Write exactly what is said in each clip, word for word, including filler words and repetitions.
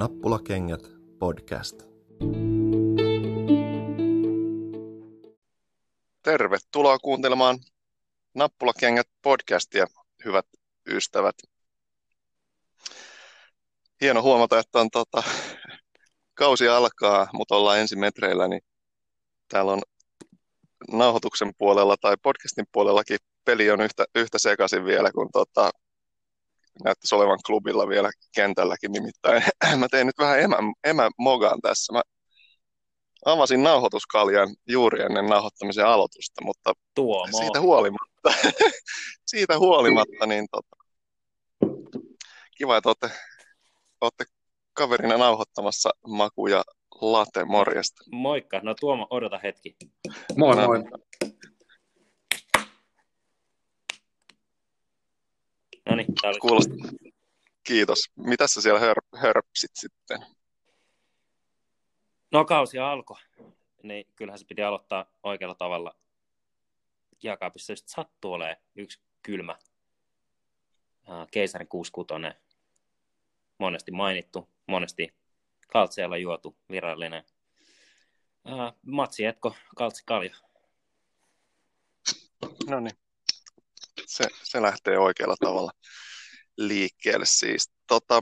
Nappulakengät podcast. Tervetuloa kuuntelemaan Nappulakengät podcastia, hyvät ystävät. Hieno huomata, että on tota, kausi alkaa, mutta ollaan ensimetreillä, niin täällä on nauhoituksen puolella tai podcastin puolellakin peli on yhtä, yhtä sekaisin vielä, kun tota, näyttäisi olevan klubilla vielä kentälläkin. Nimittäin mä tein nyt vähän emä, emämogaan tässä. Mä avasin nauhoituskaljan juuri ennen nauhoittamisen aloitusta, mutta Tuomo. siitä huolimatta, siitä huolimatta niin tota, kiva, että olette, olette kaverina nauhoittamassa Maku ja Late, morjesta. Moikka. No Tuomo, odota hetki. Moi moi. No niin, tää oli... Kuulostaa. Kiitos. Mitäs sä siellä hör- hörpsit sitten? No kausi alkoi, niin kyllähän se piti aloittaa oikealla tavalla. Jakaapissa just sattuu olemaan yksi kylmä äh, keisarin kuusikymmentäkuusi. Monesti mainittu, monesti kaltseella juotu virallinen. Äh, matsi etko, kaltsi kalja. No niin. Se, se lähtee oikealla tavalla liikkeelle siis. Tota,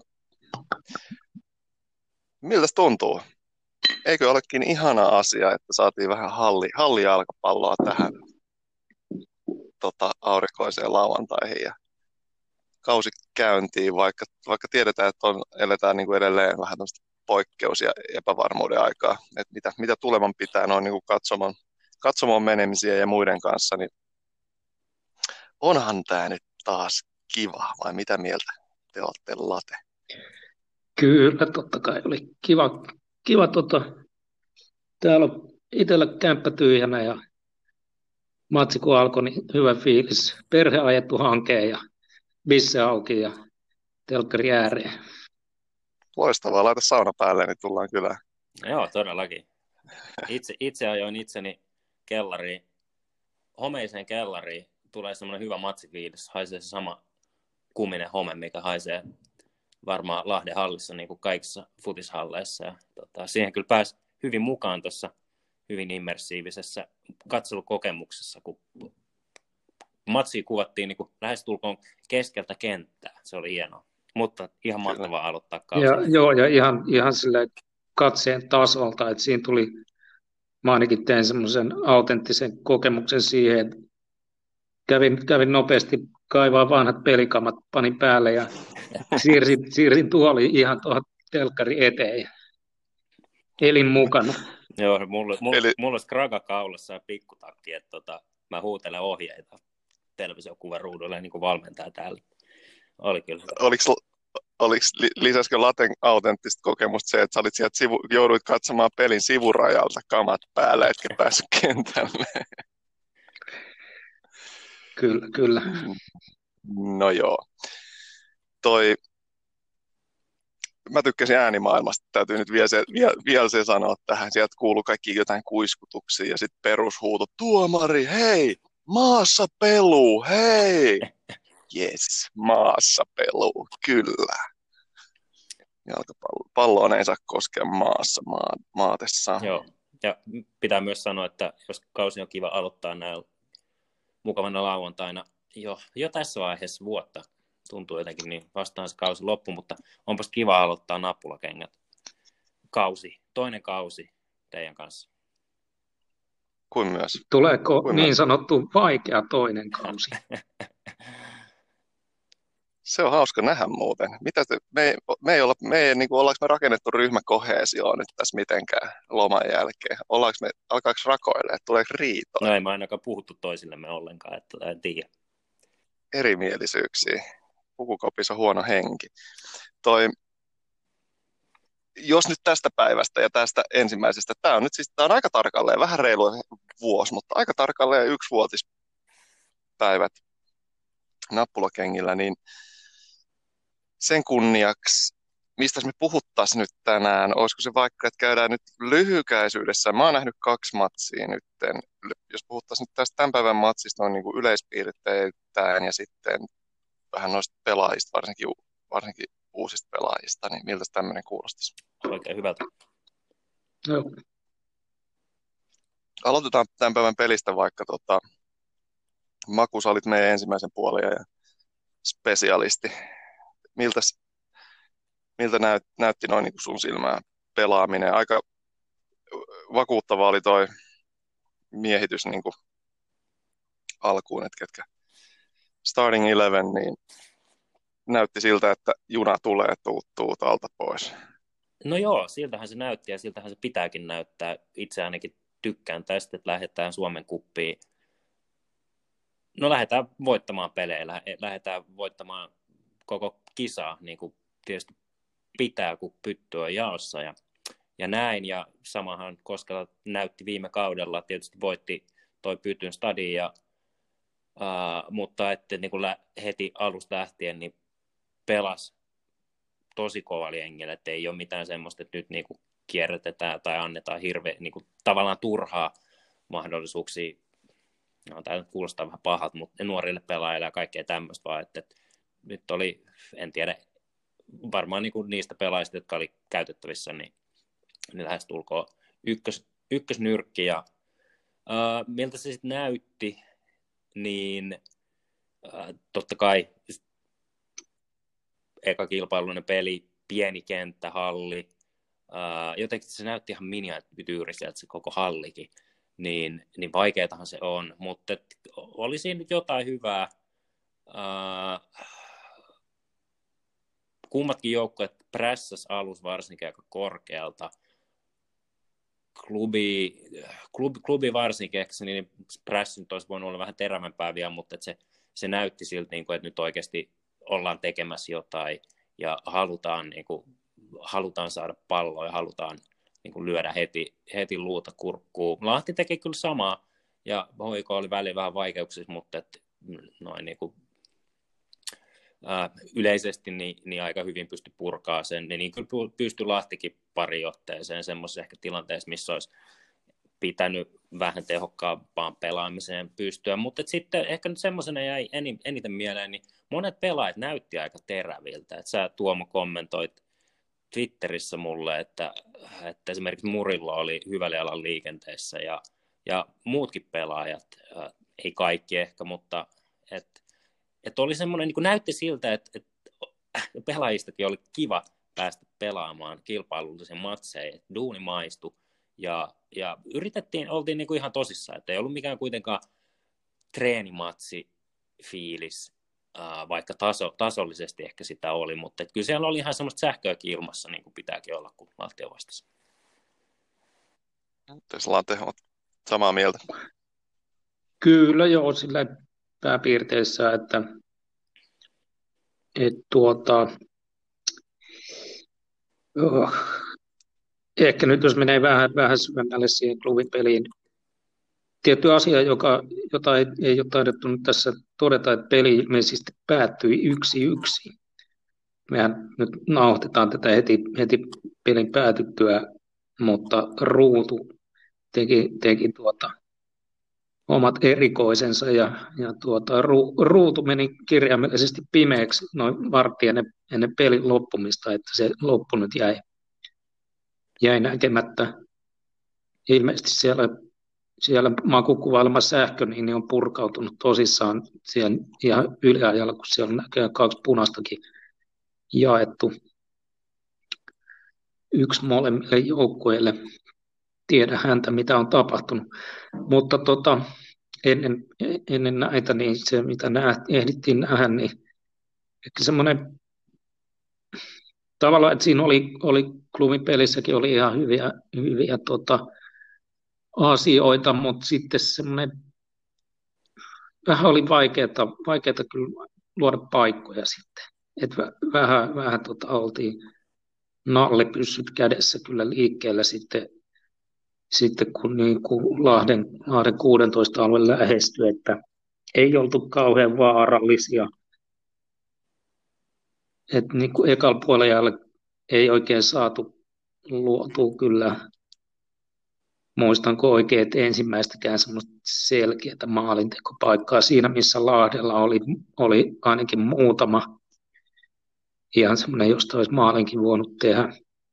miltä tuntuu? Eikö olekin ihana asia, että saatiin vähän halli, hallijalkapalloa tähän tota, aurinkoiseen lauantaihin ja kausi käyntiin, vaikka, vaikka tiedetään, että on, eletään niin kuin edelleen vähän poikkeus- ja epävarmuuden aikaa, että mitä, mitä tuleman pitää noin niin katsomon, katsomon menemisiä ja muiden kanssa, niin onhan tämä nyt taas kiva, vai mitä mieltä te olette, Late? Kyllä, totta kai oli kiva. kiva tota, täällä on itsellä kämppä tyhjänä ja matsi kun alkoi, niin hyvä fiilis. Perhe ajettu hankeen ja bisse auki ja telkkari ääreen. Loistavaa, laita sauna päälle, niin tullaan kylään. Joo, todellakin. Itse, itse ajoin itseni kellariin, homeiseen kellariin. Tulee semmoinen hyvä matsifiilis. Haisee se sama kuminen home, mikä haisee varmaan Lahden hallissa, niin kuin kaikissa futishalleissa. Ja, tota, siihen kyllä pääsi hyvin mukaan tuossa hyvin immersiivisessä katselukokemuksessa, kun matsia kuvattiin niin kuin lähestulkoon keskeltä kenttää. Se oli hienoa, mutta ihan mahtavaa aloittaa kausi. Ja, joo, ja ihan, ihan sille katseen tasolta, että siinä tuli, mä ainakin tein semmoisen autenttisen kokemuksen siihen, että kävin, kävin nopeasti kaivaa vanhat pelikamat, panin päälle ja siirsin, siirsin tuoliin ihan tuohon telkkari eteen. Elin mukana. Joo, mulla, mulla, Eli... mulla olisi kraga kaulassa ja pikkutakki, että tota, mä huutelen ohjeita televisiokuvan ruudulle niin kuin valmentaja täällä. Oli kyllä hyvä. Oliko, oliko, lisäskö Laten autenttista kokemusta se, että sä olit sieltä sivu, jouduit katsomaan pelin sivurajalta kamat päällä, etkä päässyt kentälle? Kyllä, kyllä. No joo. Toi, mä tykkäsin äänimaailmasta, täytyy nyt vielä se, vielä, vielä se sanoa tähän. Sieltä kuuluu kaikki jotain kuiskutuksia ja sitten perushuuto, tuomari, hei, maassa peluu, hei. Jes, maassa peluu, kyllä. Jalkapalloon ei saa koskea maassa maa, maatessaan. Joo, ja pitää myös sanoa, että jos kausi on kiva aloittaa näillä mukavana lauantaina jo, jo tässä vaiheessa vuotta, tuntuu jotenkin niin vastaan se kausi loppu, mutta onpas kiva aloittaa nappulakengät. Kausi, toinen kausi teidän kanssa. Kuin myös. Tuleeko Kuin niin myös. sanottu vaikea toinen kausi? Se on hauska nähdä muuten. Mitä te, me, ei, me ei olla, me ei, niin kuin, ollaanko me rakennettu ryhmäkoheesioon nyt tässä mitenkään loman jälkeen? Ollaanko me, alkaako rakoilemaan? Tuleeko riitoja? No ei me ainakaan puhuttu toisillemme ollenkaan, että en tiedä. Erimielisyyksiä. Pukukopissa on huono henki. Toi, jos nyt tästä päivästä ja tästä ensimmäisestä, tämä on nyt siis tämä on aika tarkalleen, vähän reilu vuosi, mutta aika tarkalleen yksivuotispäivät nappulakengillä, niin sen kunniaksi, mistä me puhuttaisiin nyt tänään, olisiko se vaikka, että käydään nyt lyhykäisyydessä. Mä oon nähnyt kaksi matsia nyt. Jos puhuttaisiin nyt tästä tämän päivän matsista, on niin kuin yleispiirteittäin ja sitten vähän noista pelaajista, varsinkin, varsinkin uusista pelaajista, niin miltä tämmöinen kuulostaisi? Oikein hyvältä. Joo. Aloitetaan tämän päivän pelistä vaikka tota, Maku, sä olit meidän ensimmäisen puolen ja spesialisti. Miltäs, miltä näyt, näytti noin niin kuin sun silmään pelaaminen? Aika vakuuttava oli toi miehitys niin kuin alkuun, että ketkä starting eleven, niin näytti siltä, että juna tulee tuuttuu alta pois. No joo, siltähän se näytti ja siltähän se pitääkin näyttää. Itse ainakin tykkään tästä, että lähdetään Suomen kuppiin. No lähdetään voittamaan pelejä, lähdetään voittamaan koko kisaa, niin kuin tietysti pitää, kun pytty on jaossa ja, ja näin. Ja samahan Koskela näytti viime kaudella, tietysti voitti toi pytyn stadin, ja, uh, mutta että niin kuin heti alusta lähtien niin pelasi tosi kovalla jengillä, että ei ole mitään semmoista, että nyt niin kuin kierrätetään tai annetaan hirveä niin kuin tavallaan turhaa mahdollisuuksia. No, tämä nyt kuulostaa vähän pahat, mutta nuorille pelaajille ja kaikkea tämmöistä vaan, että, että nyt oli, en tiedä, varmaan niin kuin niistä pelaajista, jotka oli käytettävissä, niin, niin lähestulkoon ykkös, ykkösnyrkki. Ja äh, miltä se sitten näytti, niin äh, totta kai eka kilpailullinen peli, pieni kenttä, halli, äh, jotenkin se näytti ihan miniatyyriseltä se koko hallikin. Niin, niin vaikeatahan se on, mutta et, oli siinä nyt jotain hyvää. Uh, kummatkin joukkueet prässäs alus varsinkin aika korkealta. Klubi, klubi, klubi varsinkin, niin prässi nyt olisi voinut olla vähän terävämpää vielä, mutta se, se näytti siltä, niin kuin, että nyt oikeasti ollaan tekemässä jotain ja halutaan, niin kuin, halutaan saada palloa ja halutaan niin kuin lyödä heti, heti luuta kurkkuun. Lahti teki kyllä samaa, ja H I K oli väliin vähän vaikeuksissa, mutta et, noin niin kuin, ää, yleisesti niin, niin aika hyvin pystyi purkaa sen. Ja niin kyllä pystyi Lahtikin pari otteeseen semmoisessa ehkä tilanteessa, missä olisi pitänyt vähän tehokkaampaan pelaamiseen pystyä. Mutta sitten ehkä nyt semmoisena jäi eniten mieleen, niin monet pelaajat näytti aika teräviltä. Et sä, Tuomo, kommentoit Twitterissä mulle, että, että esimerkiksi Murillo oli hyvällä jalan liikenteessä ja, ja muutkin pelaajat, äh, ei kaikki ehkä, mutta että et oli semmoinen, niin kuin näytti siltä, että, että pelaajistakin oli kiva päästä pelaamaan kilpailullisen matseihin, että duuni maistui ja, ja yritettiin, oltiin niin kuin ihan tosissaan, että ei ollut mikään kuitenkaan treenimatsi fiilis, Uh, vaikka taso, tasollisesti ehkä sitä oli, mutta et kyllä siellä oli ihan semmoista sähköäkin ilmassa, niin kuin pitääkin olla, kun Lahti on vastassa. Tässä Lante on samaa mieltä. Kyllä joo, sillä pääpiirteissä, että, että tuota, oh, ehkä nyt jos menee vähän, vähän syvemmälle siihen klubipeliin, tietty asia, joka, jota ei, ei ole taidettu nyt tässä todeta, että peli ilmeisesti päättyi yksi yksi. Mehän nyt nauhoitetaan tätä heti, heti pelin päätyttyä, mutta Ruutu teki, teki tuota, omat erikoisensa ja, ja tuota, ru, Ruutu meni kirjaimellisesti pimeäksi noin vartti ennen, ennen pelin loppumista, että se loppu nyt jäi, jäi näkemättä. Ilmeisesti siellä Siellä makukuvailma sähkö niin on purkautunut tosissaan siellä ihan yliajalla, kun siellä on näköjään kaksi punaistakin jaettu. Yksi molemmille joukkueille. Tiedä häntä, mitä on tapahtunut. Mutta tota, ennen, ennen näitä, niin se mitä näht, ehdittiin nähdä, niin ehkä semmoinen tavallaan, että siinä oli, oli klubin pelissäkin oli ihan hyviä, hyviä tota, asioita, mutta sitten semmoinen vähän oli vaikeaa, vaikeaa kyllä luoda paikkoja sitten. Että vähän, vähän tota oltiin nallipyssyt kädessä kyllä liikkeellä sitten, sitten kun niin kuin Lahden, Lahden kuusitoista alue lähestyi, että ei oltu kauhean vaarallisia. Että niin kuin ekalla puolella ei oikein saatu luotua kyllä. Muistanko oikein, että ensimmäistäkään semmoista selkeää maalintekopaikkaa siinä, missä Lahdella oli, oli ainakin muutama. ihan semmoinen, josta olisi maalinkin voinut tehdä.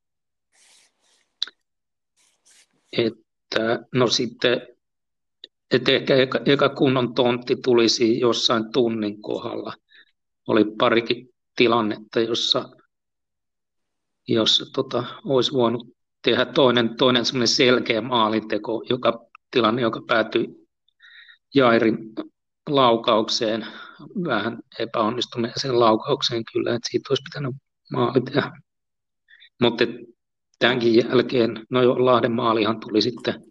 Että, no sitten, että ehkä eka, eka kunnon tontti tulisi jossain tunnin kohdalla. Oli parikin tilannetta, jossa, jossa tota, olisi voinut tehdä toinen, toinen semmoinen selkeä maalinteko, joka tilanne, joka päätyi Jairin laukaukseen, vähän epäonnistuneeseen laukaukseen kyllä, että siitä olisi pitänyt maali tehdä. Mutta tämänkin jälkeen, no jo Lahden maalihan tuli sitten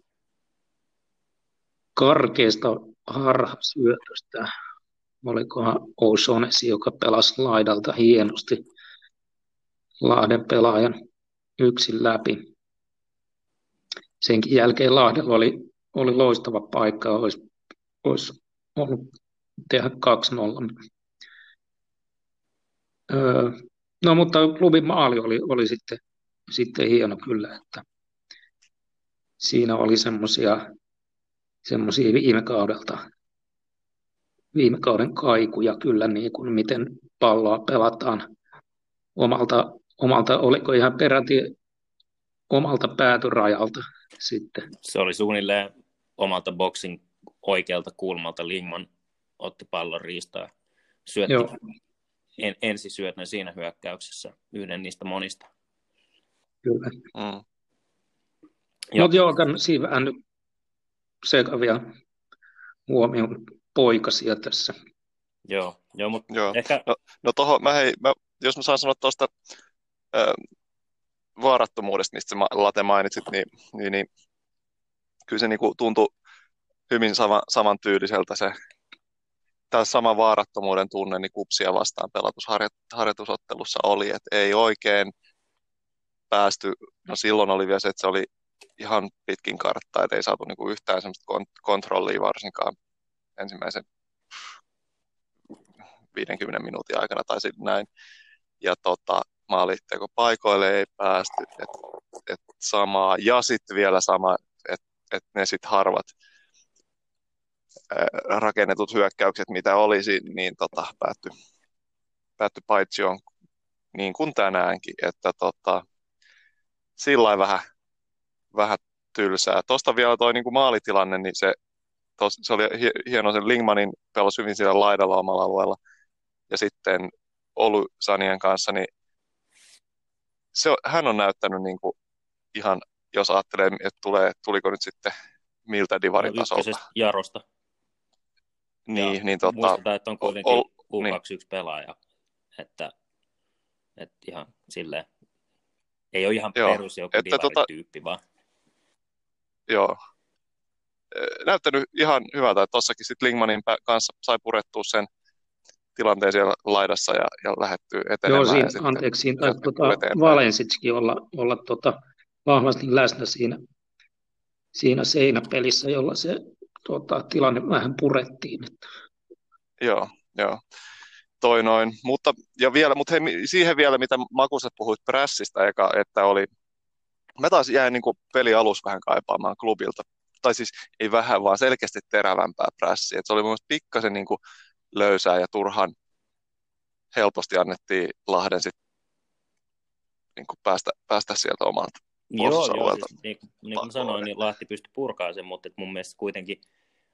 karkeasta harhasyötöstä. Olikohan O'Shaughnessy, joka pelasi laidalta hienosti Lahden pelaajan yksin läpi. Senkin jälkeen Lahdella oli, oli loistava paikka, olisi, olisi ollut tehdä kaksi nolla. Öö, no mutta klubin maali oli, oli sitten, sitten hieno kyllä, että siinä oli semmoisia semmoisia viime kaudelta, viime kauden kaikuja kyllä, niin kuin miten palloa pelataan omalta, omalta oliko ihan peräti omalta päätyrajalta sitten. Se oli suunnilleen omalta boksin oikealta kulmalta. Lingman otti pallon riistaa, syötti en, ensisyötön siinä hyökkäyksessä, yhden niistä monista. Kyllä. Mm. Mutta joo, siinä vähän nyt sekavia huomioon poikasia tässä. Joo, joo mutta joo. ehkä... No, no tohon, mä hei, mä, jos mä saan sanoa tuosta äh, vaarattomuudesta, mistä Late mainitsit, niin, niin, niin kyllä se niinku tuntui hyvin sama, samantyyliseltä se tämä sama vaarattomuuden tunne niin Kupsia vastaan pelatusharjoitusottelussa oli, että ei oikein päästy, no silloin oli vielä se, että se oli ihan pitkin karttaa, että ei saatu niinku yhtään semmoista kontrollia varsinkaan ensimmäisen viidenkymmenen minuutin aikana tai sitten näin. Ja tota, maalitteko paikoille ei päästy, että et samaa, ja sitten vielä sama, että et ne sitten harvat ää, rakennetut hyökkäykset, mitä olisi, niin tota, päättyi päätty paitsioon niin kuin tänäänkin, että tota, sillä vähän, vähän tylsää. Tuosta vielä toi niin kuin maalitilanne, niin se, tos, se oli hieno, sen Lingmanin pelasi hyvin siellä laidalla omalla alueella, ja sitten Olu Sanien kanssa, niin se, hän on näyttänyt niin kuin ihan, jos ajattelee, että tulee, tuliko nyt sitten miltä divarin tasolta. Ykkösestä Jarosta. Niin, ja niin tota, muistetaan, että on kuitenkin ol, U kaksikymmentäyksi pelaaja, että, että ihan silleen, ei ole ihan joo, perus joku divarityyppi, tota, vaan. Joo. Näyttänyt ihan hyvältä, että tuossakin sitten Lingmanin kanssa sai purettua sen tilanteen siellä laidassa ja, ja lähdettyä etenemään. Joo, siinä, ja anteeksi, siinä taisi tuota, Valensitskin olla, olla tuota, vahvasti läsnä siinä, siinä seinäpelissä, jolla se tuota, tilanne vähän purettiin. Että. Joo, joo. Toi noin. Mutta, ja vielä, mutta hei, siihen vielä, mitä Makuset puhuit prässistä, eka, että oli, mä taas jäin niin kuin peli alussa vähän kaipaamaan klubilta, tai siis ei vähän, vaan selkeästi terävämpää prässiä. Et se oli mun mielestä pikkasen niin kuin löysää ja turhan helposti annettiin Lahden sit, niin kuin päästä, päästä sieltä omalta puolustusalueelta. Joo, siis, niin, niin kuin sanoin, niin Lahti pystyi purkaamaan sen, mutta mun mielestä kuitenkin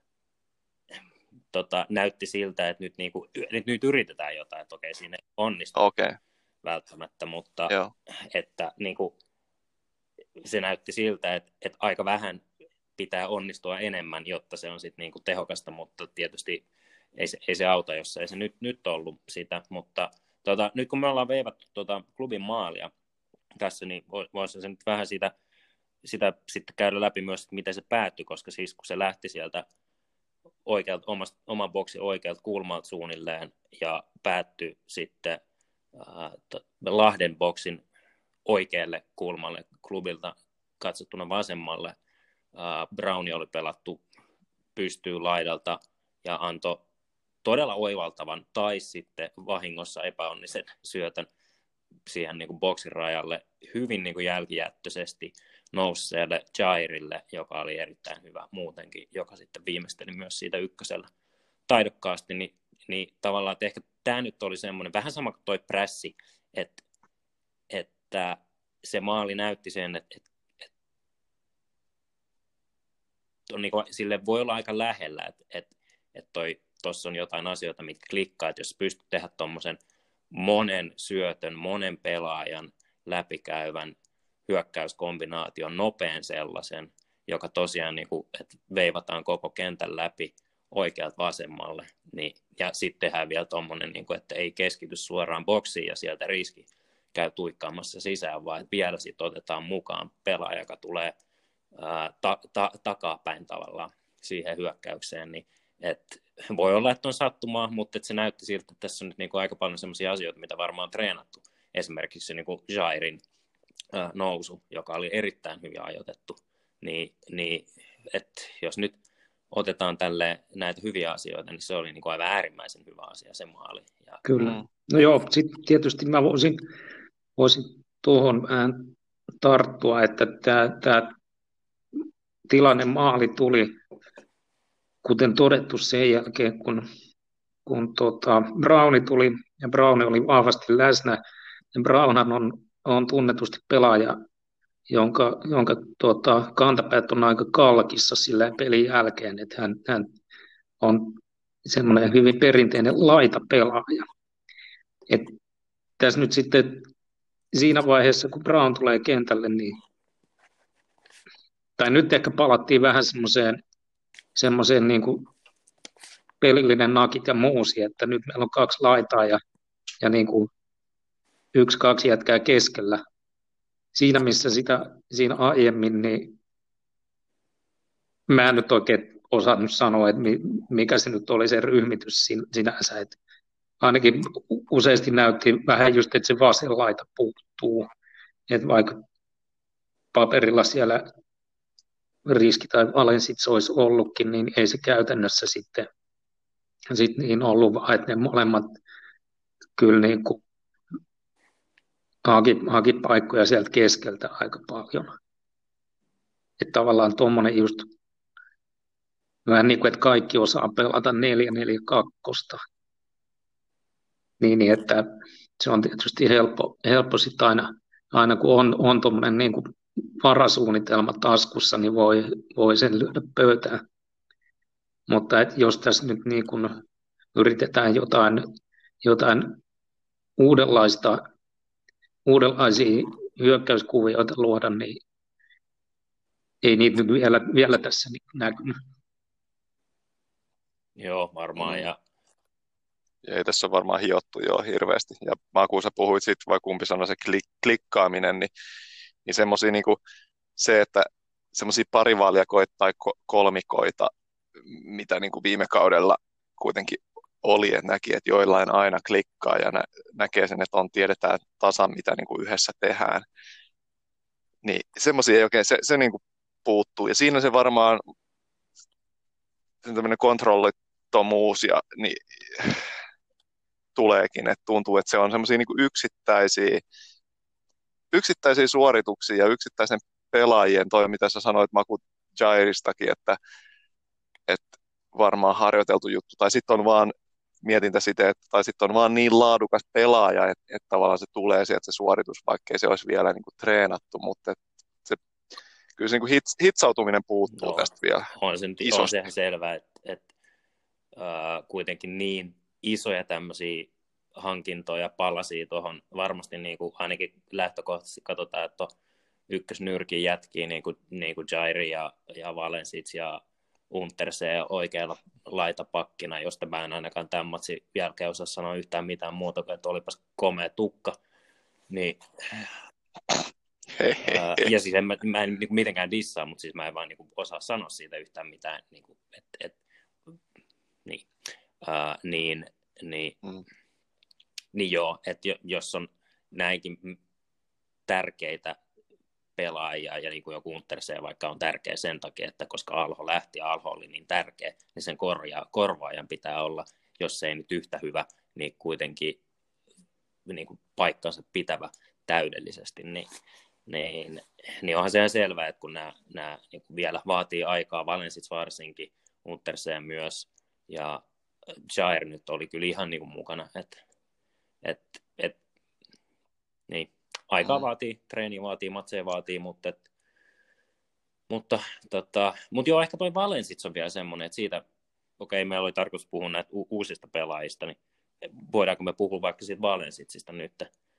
tota, näytti siltä, että nyt, niin kuin, että nyt yritetään jotain, että okei, siinä ei onnistu okay. välttämättä, mutta Joo. että niin kuin, se näytti siltä, että, että aika vähän pitää onnistua enemmän, jotta se on sitten niin kuin tehokasta, mutta tietysti ei se, ei se auta, jos ei se nyt, nyt ollut sitä, mutta tota, nyt kun me ollaan veivattu tota klubin maalia tässä, niin voisi se nyt vähän sitä, sitä sitten käydä läpi myös, että miten se päättyi, koska siis kun se lähti sieltä oikealta, omasta, oman boksin oikealta kulmalta suunnilleen ja päättyi sitten äh, to, Lahden boksin oikealle kulmalle klubilta katsottuna vasemmalle, äh, Browni oli pelattu pystyy laidalta ja antoi todella oivaltavan tai sitten vahingossa epäonnisen syötön siihen niin kuin boksin rajalle hyvin niin kuin jälkijättöisesti nousseelle Jairille, joka oli erittäin hyvä muutenkin, joka sitten viimeisteli myös siitä ykkösellä taidokkaasti, niin, niin tavallaan, että ehkä tämä nyt oli semmoinen, vähän sama kuin toi prässi, että, että se maali näytti sen, että, että, että on niin kuin, sille voi olla aika lähellä, että, että, että toi, tuossa on jotain asioita, mitkä klikkaa, että jos pystyt tehdä tuommoisen monen syötön, monen pelaajan läpikäyvän hyökkäyskombinaation, nopean sellaisen, joka tosiaan niin kuin, että veivataan koko kentän läpi oikealta vasemmalle, niin, ja sitten tehdään vielä tuommoinen, niin kuin, että ei keskity suoraan boksiin ja sieltä riski käy tuikkaamassa sisään, vaan että vielä sitten otetaan mukaan pelaaja, joka tulee ää, ta- ta- takapäin tavallaan siihen hyökkäykseen, niin että voi olla, että on sattumaa, mutta että se näytti siltä, että tässä on nyt niin kuin aika paljon sellaisia asioita, mitä varmaan on treenattu. Esimerkiksi se niin kuin Jairin ää, nousu, joka oli erittäin hyvin ajoitettu, niin, niin että jos nyt otetaan tälle näitä hyviä asioita, niin se oli niin kuin aivan äärimmäisen hyvä asia, se maali. Ja, Kyllä. No joo, sitten tietysti mä voisin, voisin tuohon vähän tarttua, että tämä, tämä tilanne maali tuli, kuten todettu sen jälkeen, kun, kun tota Browni tuli, ja Browni oli vahvasti läsnä, ja Brownhan on, on tunnetusti pelaaja, jonka, jonka tota, kantapäät on aika kalkissa sillä pelin jälkeen, että hän, hän on semmoinen hyvin perinteinen laitapelaaja. Et tässä nyt sitten siinä vaiheessa, kun Brown tulee kentälle, niin, tai nyt ehkä palattiin vähän semmoiseen, semmoiseen niin kuin pelillinen nakit ja muusi, että nyt meillä on kaksi laitaa ja, ja niin kuin yksi, kaksi jätkää keskellä. Siinä, missä sitä siinä aiemmin, niin mä en nyt oikein osannut sanoa, että mikä se nyt oli se ryhmitys sinänsä. Että ainakin useasti näytti vähän just, että se vasen laita puuttuu. Että vaikka paperilla siellä riski tai Valensits olisi ollutkin, niin ei se käytännössä sitten sit niin ollut, vaan että ne molemmat kyllä niin kuin haki, haki paikkoja sieltä keskeltä aika paljon. Että tavallaan tuommoinen just vähän niin kuin, että kaikki osaa pelata neljä neljä kaksi. Niin, niin, että se on tietysti helppo, helppo sitten aina, aina kun on, on tuommoinen niin kuin varasuunnitelma taskussa, niin voi, voi sen lyödä pöytään. Mutta et jos tässä nyt niin kuin yritetään jotain, jotain uudenlaista, uudenlaisia hyökkäyskuvioita luoda, niin ei niitä nyt vielä, vielä tässä näkynyt. Joo, varmaan. Ja Ja ei tässä ole varmaan hiottu jo hirveästi. Ja mä kun sä puhuit siitä, vai kumpi sanoi se klik- klikkaaminen, niin, niin semmoisia niin kuin se, että semmoisia parivaljakoita tai kolmikoita, mitä niin kuin viime kaudella kuitenkin oli, että näki, että joillain aina klikkaa ja nä- näkee sen, että on tiedetään tasan, mitä niin kuin yhdessä tehdään. Niin semmoisia ei oikein, se, se niin kuin puuttuu. Ja siinä se varmaan se tämmöinen kontrollittomuus ja niin, tuleekin, että tuntuu, että se on semmoisia niin kuin yksittäisiä, yksittäisiä suorituksia ja yksittäisen pelaajien toi, mitä sä sanoit Maku Jairistakin, että, että varmaan harjoiteltu juttu, tai sitten on vaan mietintä sitä, että, tai sitten on vaan niin laadukas pelaaja, että, että tavallaan se tulee sieltä se suoritus, vaikkei se olisi vielä niin kuin treenattu, mutta että se, kyllä se niin kuin hits, hitsautuminen puuttuu no, tästä vielä on se, on se ihan selvää, että, että äh, kuitenkin niin isoja tämmöisiä hankintoja, palasia tuohon, varmasti niin kuin ainakin lähtökohtaisesti katsotaan, että on ykkösnyrkin jätkiä, niin kuin, niin kuin Jairi ja, ja Valensits ja Untersee oikealla laitapakkina, josta mä en ainakaan tämän matsin jälkeen osaa sanoa yhtään mitään muuta kuin, että olipas komea tukka. Niin, ää, ja siis en, mä, mä en niin kuin mitenkään dissaa, mutta siis mä en vaan niin kuin osaa sanoa siitä yhtään mitään. Niin, kuin, et, et, niin, ää, niin, niin, mm. niin joo, että jos on näinkin tärkeitä pelaajia ja niin kuin joku Untersee vaikka on tärkeä sen takia, että koska Alho lähti ja Alho oli niin tärkeä, niin sen korjaa, korvaajan pitää olla, jos se ei nyt yhtä hyvä, niin kuitenkin niin kuin paikkansa pitävä täydellisesti, niin, niin, niin onhan se ihan selvää, että kun nämä, nämä niin kuin vielä vaatii aikaa, Valensits varsinkin, Untersee myös, ja Jair nyt oli kyllä ihan niin kuin mukana, että et, et, Niin, aikaa Mm. vaatii, treeni vaatii, matseja vaatii, mutta, et, mutta, tota, mutta joo, ehkä toi Valensits on vielä semmoinen, että siitä, okei, meillä oli tarkoitus puhua näitä u- uusista pelaajista, niin voidaanko me puhua vaikka siitä Valensitsista nyt?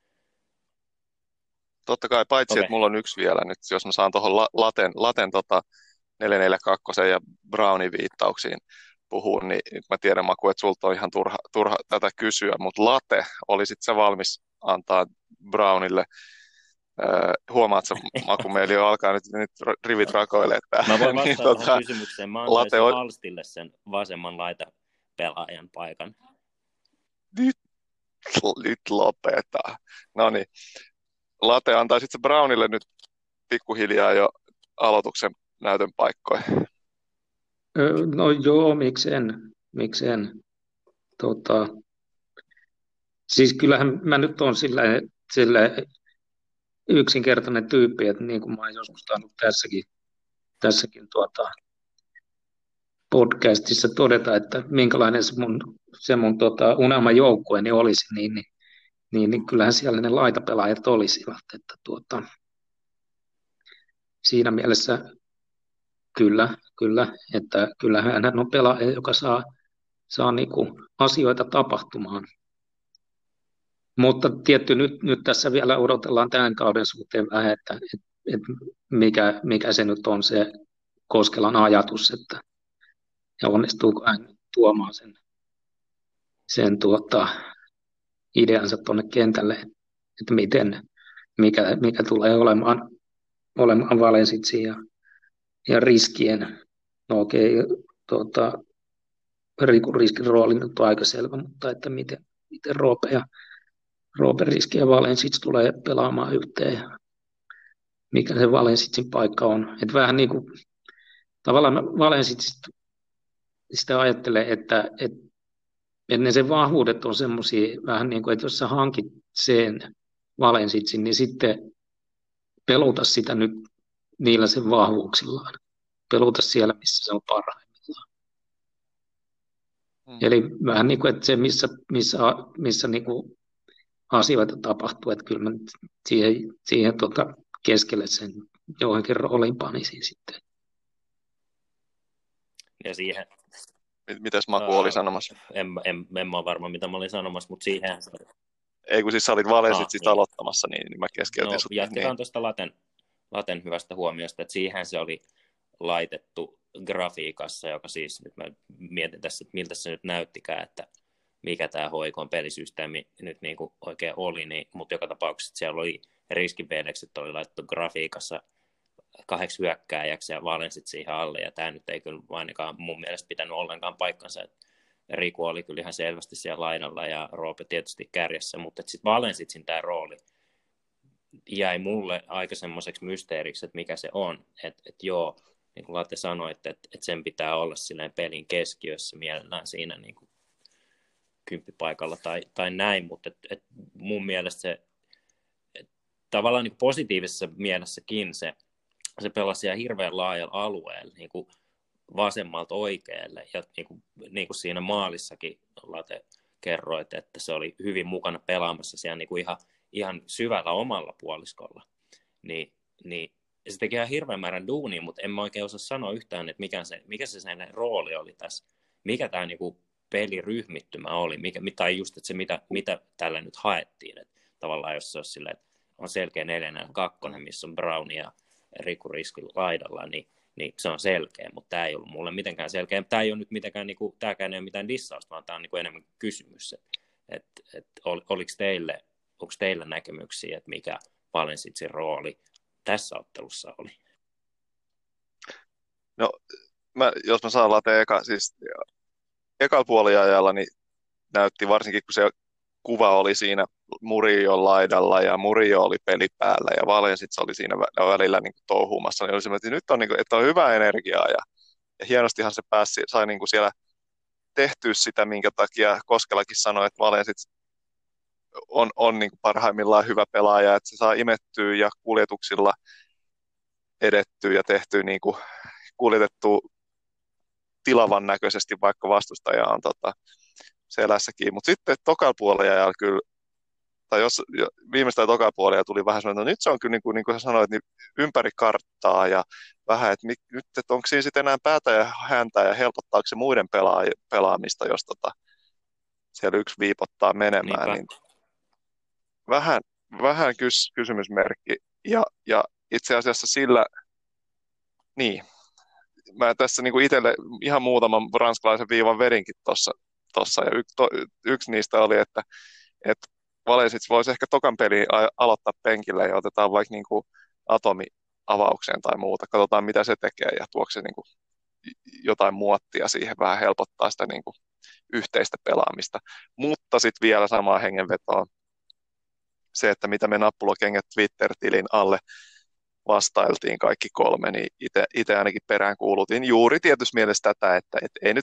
Totta kai, paitsi Okei. että mulla on yksi vielä nyt, jos mä saan tuohon la- Laten, Laten tota neljä neljä kaksi ja Brownin viittauksiin puhua, niin nyt mä tiedän, Maku, että sulta on ihan turha, turha tätä kysyä, mutta Late, olisit sä valmis antaa Brownille? Öö, huomaat sä, Maku, meillä jo alkaa nyt, nyt rivit rakoilee täällä. Mä voin niin, vastata tuohon tota, kysymykseen. Mä Late antaisin on... Halstille sen vasemman laita pelaajan paikan. Nyt, nyt lopetaan. No niin, Late, antaisit sä Brownille nyt pikkuhiljaa jo aloituksen näytön paikkoja? Ö, No joo, miksi en, miksi en. Tota, siis kyllähän mä nyt on sillä, sillä yksinkertainen tyyppi, että niin kuin mä oon joskus tainnut tässäkin, tässäkin tuota, podcastissa todeta, että minkälainen se mun, se mun tota, unelmajoukkueeni olisi, niin, niin, niin, niin kyllähän siellä ne laitapelaajat olisivat. Että tuota, siinä mielessä kyllä, kyllä, että kyllähän hän on pelaaja, joka saa, saa niinku asioita tapahtumaan. Mutta tietty nyt, nyt tässä vielä odotellaan tämän kauden suhteen vähän, että, että, että mikä, mikä se nyt on se Koskelan ajatus, että ja onnistuuko hän tuomaan sen, sen tuota, ideansa tuonne kentälle, että miten, mikä, mikä tulee olemaan, olemaan Valensitsin ja, ja riskien. No okei, tuota, Rikun riskin rooli nyt on aika selvä, mutta että miten, miten Roope ja Roope Riski ja Valensits tulee pelaamaan yhteen ja mikä se Valensitsin paikka on. Että vähän niin kuin tavallaan Valensitsista sitä ajattelee, että, että, että ne sen vahvuudet on semmoisia vähän niin kuin, että jos sä hankit sen Valensitsin, niin sitten peluta sitä nyt niillä sen vahvuuksillaan. Peluta siellä, missä se on parhaimmillaan. Mm. Eli vähän niin kuin, että se, missä, missä, missä niin kuin asioita tapahtuu, että kyllä mä nyt siihen, siihen tuota keskelle sen johonkin rooliin panisin sitten. Ja siihen... Mitäs Maku oli sanomassa? En, en, en mä ole varma, mitä mä olin sanomassa, mutta siihen... Ei kun siis sä olit Valensitsista Ah, niin. aloittamassa, niin, niin mä keskeytin No, sut. jatketaan Niin. tuosta Laten, Laten hyvästä huomiosta, että siihen se oli laitettu grafiikassa, joka siis, nyt mä mietin tässä, että miltä se nyt näyttikään, että mikä tämä H I K:n pelisysteemi nyt niin kuin oikein oli, niin, mutta joka tapauksessa siellä oli riskipeilekset oli laitettu grafiikassa kahdeksi hyökkääjäksi ja Valensit siihen alle, ja tämä nyt ei kyllä ainakaan mun mielestä pitänyt ollenkaan paikkansa, että Riku oli kyllä ihan selvästi siellä laidalla ja Roope tietysti kärjessä, mutta sitten Valensitsin tämä rooli jäi mulle aika semmoiseksi mysteeriksi, että mikä se on, että et joo, niin kuin Latte sanoi, että et, et sen pitää olla silleen pelin keskiössä mielellään siinä niin kuin kymppipaikalla tai, tai näin, mutta et, et mun mielestä se et, tavallaan niin positiivisessa mielessäkin se, se pelasi ihan hirveän laajalla alueella niin kuin vasemmalta oikealle ja niin kuin, niin kuin siinä maalissakin Late kerroit, että se oli hyvin mukana pelaamassa siellä niin kuin ihan, ihan syvällä omalla puoliskolla, niin, niin se teki ihan hirveän määrän duunia, mutta en mä oikein osaa sanoa yhtään, että mikä se, mikä se sen rooli oli tässä, mikä tämä niin kuin peliryhmittymä oli, mikä, tai just että se mitä, mitä tällä nyt haettiin, että tavallaan jos se olisi silleen, että on selkeä neljännen kakkonen, missä on Brown ja Riku Riski laidalla, niin, niin se on selkeä, mutta tämä ei ollut mulle mitenkään selkeä. Tämä ei ole nyt mitenkään, niin kuin, tämäkään ei ole mitään dissausta, vaan tämä on niin kuin enemmän kysymys, että et, et, ol, oliko teille, onko teillä näkemyksiä, että mikä Valensitsin rooli tässä ottelussa oli? No, mä, jos mä saan Late eka, siis ekalla puoliajalla, niin näytti varsinkin, kun se kuva oli siinä Murion laidalla ja Murio oli peli päällä ja Valensits oli siinä välillä niin kuin touhuumassa, niin oli semmoinen, että nyt on, niin kuin, että on hyvää energiaa ja, ja hienostihan se pääsi, sai niin kuin siellä tehtyä sitä, minkä takia Koskelakin sanoi, että Valensits on, on niin kuin parhaimmillaan hyvä pelaaja, että se saa imettyä ja kuljetuksilla edettyä ja tehtyä niin kuin kuljetettua tilavan näköisesti, vaikka vastustaja on tota, selässäkin. Mutta sitten tokalla puolella kyllä tai jos jo, viimeistään toka puolella tuli vähän sellainen, että no nyt se on kyllä niin kuin, niin kuin sä sanoit, niin ympäri karttaa ja vähän, että mit, nyt, että onko siinä sitten enää päätä ja häntä ja helpottaako se muiden pelaa, pelaamista, jos tota, siellä yksi viipottaa menemään, Niinpä. niin vähän, vähän kys, kysymysmerkki. Ja, ja itse asiassa sillä, niin, mä tässä niin kuin itselle ihan muutaman ranskalaisen viivan vedinkin tuossa, tossa, ja yksi, to, yksi niistä oli, että, että Valensits voisi ehkä tokan peliin a- aloittaa penkillä ja otetaan vaikka niin kuin atomiavaukseen tai muuta. Katsotaan, mitä se tekee ja tuoko se niin kuin jotain muottia siihen, vähän helpottaa sitä niin kuin yhteistä pelaamista. Mutta sitten vielä samaa hengenvetoa se, että mitä me nappulokengät Twitter-tilin alle vastailtiin kaikki kolme, niin itse ainakin perään kuulutin juuri tietysti mielessä tätä, että et ei nyt,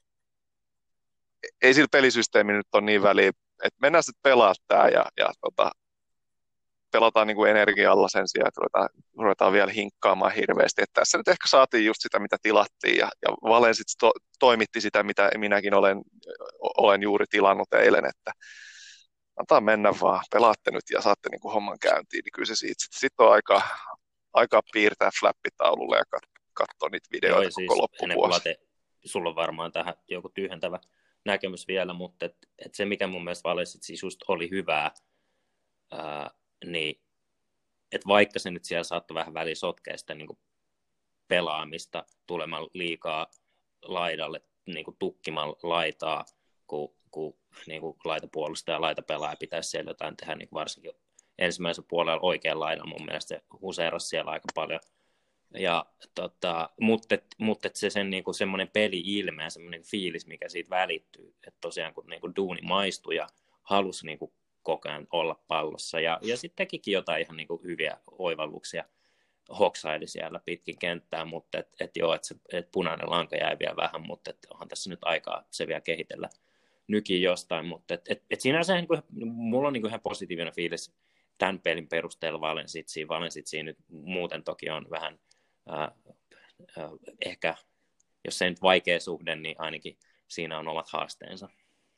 ei sillä pelisysteemi nyt ole niin väliä, että mennään sitten pelaa tää ja, ja tota, pelataan niin kuin energialla sen sijaan, että ruvetaan, ruvetaan vielä hinkkaamaan hirveästi. Että tässä nyt ehkä saatiin just sitä, mitä tilattiin ja, ja Valen sitten to, toimitti sitä, mitä minäkin olen, olen juuri tilannut eilen, että antaa mennä vaan, pelaatte nyt ja saatte niin kuin homman käyntiin, niin kyllä se siitä sitten on aika, aika piirtää flappitaululle ja kat- katsoa niitä videoita Joo, koko siis loppuvuosi. Late, sulla on varmaan tähän joku tyhjentävä näkemys vielä, mutta et, et se mikä mun mielestä Valensit siis just oli hyvää, ää, niin että vaikka se nyt siellä saattoi vähän väliin sotkea sitä niin kuin pelaamista tulemaan liikaa laidalle, niin kuin tukkimaan laitaa, kun, kun niin kuin laitapuolustaja ja laitapelaaja pitäisi siellä jotain tehdä, niin varsinkin ensimmäisellä puolella oikean laidan mun mielestä se huseerasi siellä aika paljon. Ja, tota, mutta mut se sen niinku semmoinen peli-ilme ja semmoinen fiilis, mikä siitä välittyy, että tosiaan kun niinku duuni maistui ja halusi niinku koko ajan olla pallossa ja, ja sitten tekikin jotain ihan niinku hyviä oivalluksia, hoksaili siellä pitkin kenttää, mutta et, et joo, että et punainen lanka jäi vielä vähän, mutta et onhan tässä nyt aikaa se vielä kehitellä nykin jostain, mutta et, et, et sinänsä niinku, mulla on niinku ihan positiivinen fiilis tämän pelin perusteella Valensitsiin. Valensitsiin nyt muuten toki on vähän Äh, äh, ehkä, jos se nyt vaikea suhde, niin ainakin siinä on omat haasteensa.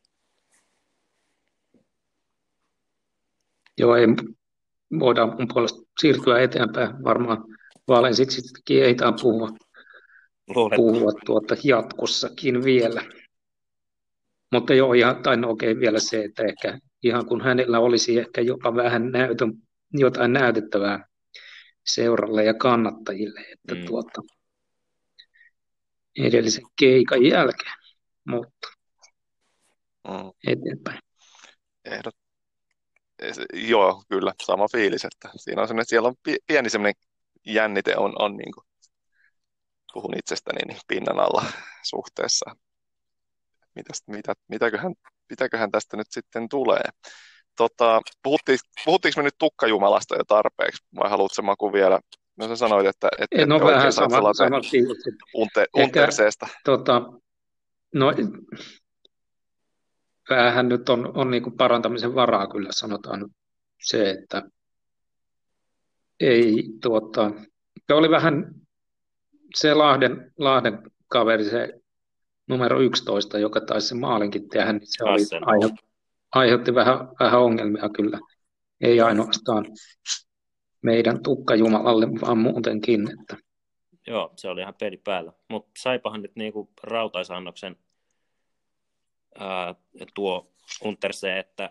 Joo, ei voidaan mun puolesta siirtyä eteenpäin. Varmaan Valensitsistakin ei taa puhua, puhua tuota jatkossakin vielä. Mutta joo, ihan, tai no okei, vielä se, että ehkä ihan kun hänellä olisi ehkä jopa vähän näytön, jotain näytettävää seuralle ja kannattajille, että mm. tuota, edellisen keikan jälkeen, mutta mm. eteenpäin. Ehdot. Joo, kyllä, sama fiilis, että siinä on semmoinen, siellä on pieni semmoinen jännite on, on niin kuin, puhun itsestäni, niin pinnan alla suhteessa. Mitäs, mitä, mitäköhän, mitäköhän tästä nyt sitten tulee? Tota, puhuttiin, puhuttiinko me nyt tukkajumalasta jo tarpeeksi, vai haluatko Maku vielä? No sä sanoit, että et, no et vähän sama, sama unte, unterseesta. Tota, no, vähän nyt on, on niin kuin parantamisen varaa kyllä, sanotaan se, että ei tuota, se oli vähän se Lahden, Lahden kaveri, se numero yksitoista, joka taisi se maalinkin tehdä, niin se oli, aiheutti, aiheutti vähän, vähän ongelmia kyllä. Ei ainoastaan meidän tukkajumalalle, vaan muutenkin. Että. Joo, se oli ihan peli päällä. Mutta saipahan nyt niinku rautaisannoksen ää, tuo Unterse, että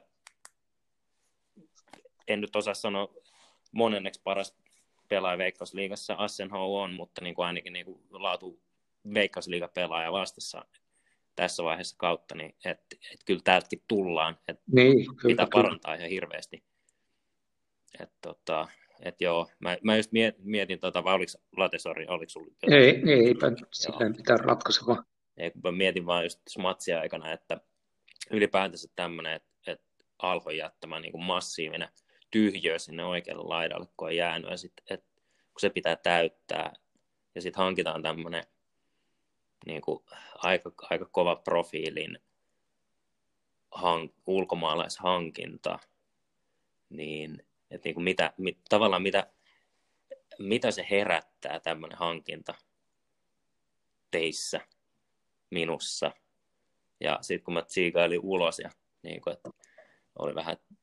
en nyt osaa sanoa monenneksi paras pelaaja Veikkausliigassa Assenhou on, mutta niinku ainakin niinku laatu Veikkausliiga-pelaaja vastassa tässä vaiheessa kautta, niin että et kyllä täältäkin tullaan, että niin, pitää kyllä parantaa ihan hirveästi. Että tota, et joo, mä, mä just mietin, mietin tota, vai oliko Latesori, oliko sulla jotain? Ei, ei eipä silleen mitään ratkaisevaa. Ei, kun mä mietin vaan just matsia aikana, että ylipäätänsä tämmöinen, että et Alhon jättämä niin kuin massiivinen tyhjöö sinne oikealle laidalle, kun on jäänyt, ja sit, et, kun se pitää täyttää, ja sitten hankitaan tämmöinen niin kuin aika, aika kova profiilin hank, ulkomaalaishankinta, niin että niin kuin mitä, mit, tavallaan mitä, mitä se herättää tämmöinen hankinta teissä, minussa. Ja sitten kun mä tsiikailin ulos ja niin kuin, että oli vähän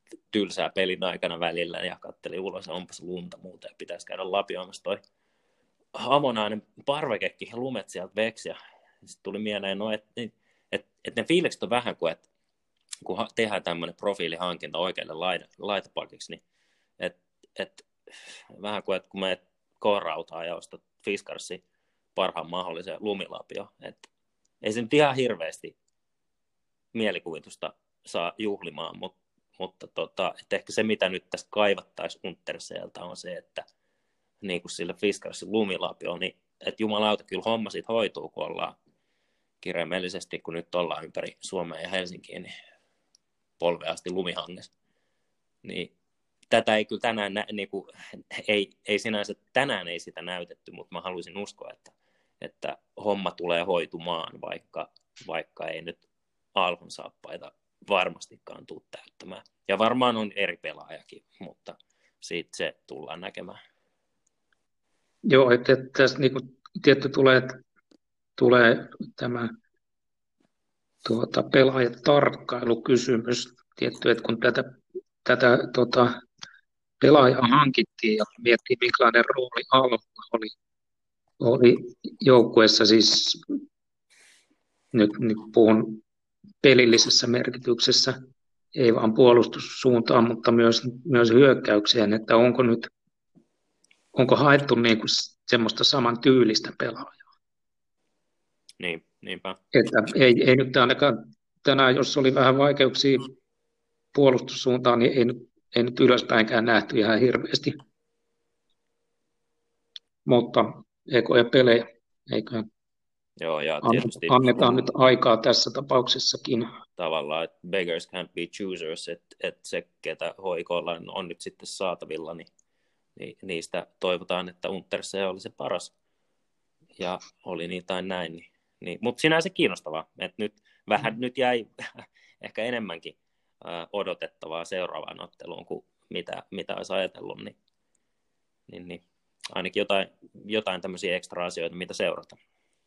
tylsää pelin aikana välillä ja katselin ulos, onpas lunta muuten, pitäisi käydä lapioimassa toi avonainen parvekekin ja lumet sieltä veksi. Sitten tuli mieleen, no, että et, et, et ne fiilikset on vähän kuin, että kun tehdään tämmöinen profiilihankinta oikealle laitapakiksi, niin et, et, vähän kuin, että kun menet K-rautaan ja ostat Fiskarsin parhaan mahdollisen lumilapio, että ei se nyt ihan hirveästi mielikuvitusta saa juhlimaan, mutta, mutta tota, että ehkä se, mitä nyt tästä kaivattaisiin Unterseeltä, on se, että niin kuin sillä Fiskarsin lumilapio, niin että jumalauta, kyllä homma siitä hoituu, kun ollaan kirjaimellisesti, kun nyt ollaan ympäri Suomea ja Helsinkiä, niin polvea asti lumihangessa. Niin tätä ei kyllä tänään, nä- niin kuin, ei, ei sinänsä tänään ei sitä näytetty, mutta mä haluaisin uskoa, että, että homma tulee hoitumaan, vaikka, vaikka ei nyt Alhon saappaita varmastikaan tule täyttämään. Ja varmaan on eri pelaajakin, mutta siitä se tullaan näkemään. Joo, että, että tässä niin kuin, tietty tulee, tulee tämä tuota, pelaajatarkkailukysymys. Tietty, että kun tätä, tätä tota, pelaajaa hankittiin ja miettii, minkälainen rooli Alho oli, oli joukkueessa, siis nyt, nyt puhun pelillisessä merkityksessä, ei vaan puolustussuuntaan, mutta myös, myös hyökkäykseen, että onko nyt onko haettu niin kuin semmoista saman tyylistä pelaajaa. Niin, niinpä. Että ei, ei nyt ainakaan tänään, jos oli vähän vaikeuksia puolustussuuntaan, niin ei nyt, ei nyt ylöspäinkään nähty ihan hirveästi. Mutta ekoja pelejä, eikä Joo, ja tietysti annetaan nyt aikaa tässä tapauksessakin. Tavallaan, että beggars can't be choosers, että, että se, ketä hoikoilla on nyt sitten saatavilla, niin, niin niistä toivotaan, että Unterse oli se paras. Ja oli niin tai näin. Niin, niin. Mutta sinänsä kiinnostavaa, että nyt vähän mm. nyt jäi ehkä enemmänkin äh, odotettavaa seuraavaan otteluun kuin mitä, mitä olisi ajatellut, niin, niin, niin ainakin jotain, jotain tämmöisiä ekstra asioita, mitä seurata.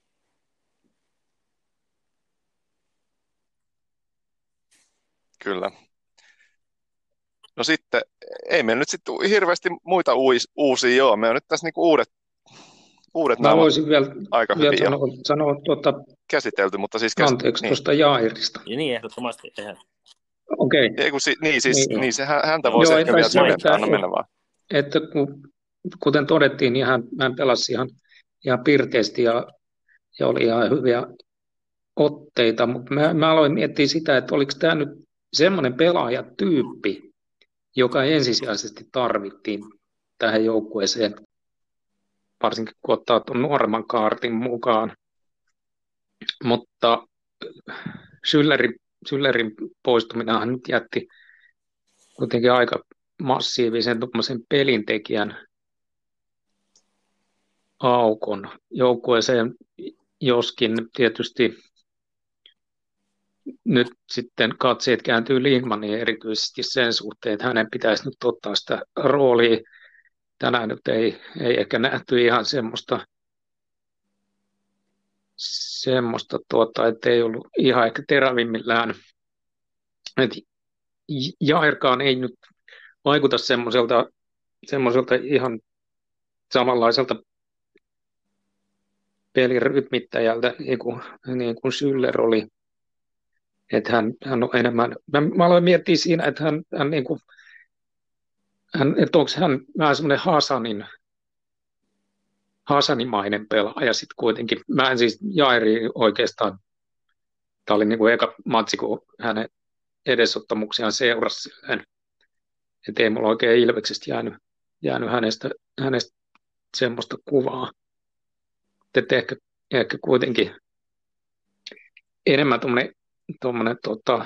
Kyllä. No sitten, ei meillä nyt sitten hirveästi muita uus, uusia ole. Me on nyt tässä niinku uudet, uudet Mä voisin vielä, aika vielä hyvin sanoa, sanoa tuota, käsitelty, mutta siis... Käs... Anteeksi niin. tuosta Jairista. Ja niin, ehdottomasti. Okei. Okay. Si- niin, siis niin, niin se häntä voisi Joo, ehkä vielä syventää, anna mennä vaan. Että kuten todettiin, niin hän, hän pelasi ihan, ihan pirteästi ja, ja oli ihan hyviä otteita, mutta mä, mä aloin miettiä sitä, että oliko tämä nyt semmoinen pelaajatyyppi, joka ensisijaisesti tarvittiin tähän joukkueeseen, varsinkin kun ottaa tuon nuoremman kaartin mukaan. Mutta Schüllerin, Schüllerin poistuminenhan nyt jätti kuitenkin aika massiivisen pelintekijän aukon joukkueeseen, joskin tietysti nyt sitten katseet kääntyy Lindmaniin erityisesti sen suhteen, että hänen pitäisi nyt ottaa sitä roolia. Tänään nyt ei, ei ehkä nähty ihan semmoista, semmoista tuota, että ei ollut ihan ehkä terävimmillään. Et Jairkaan ei nyt vaikuta semmoiselta, semmoiselta ihan samanlaiselta pelirytmittäjältä, niin kuin, niin kuin Schüller oli. Että hän, hän on enemmän, mä, mä aloin miettiä siinä, että hän, hän, niin kuin, hän että onko hän vähän semmoinen Hasanin, Hasanimainen pelaaja sitten kuitenkin. Mä en siis Jairi oikeastaan, tämä oli niin kuin eka matsi, kun hänen edesottamuksiaan seurasi silleen, että ei mulla oikein Ilveksestä jäänyt, jäänyt hänestä, hänestä semmoista kuvaa. Että ehkä, ehkä kuitenkin enemmän tuommoinen tuommoinen tota,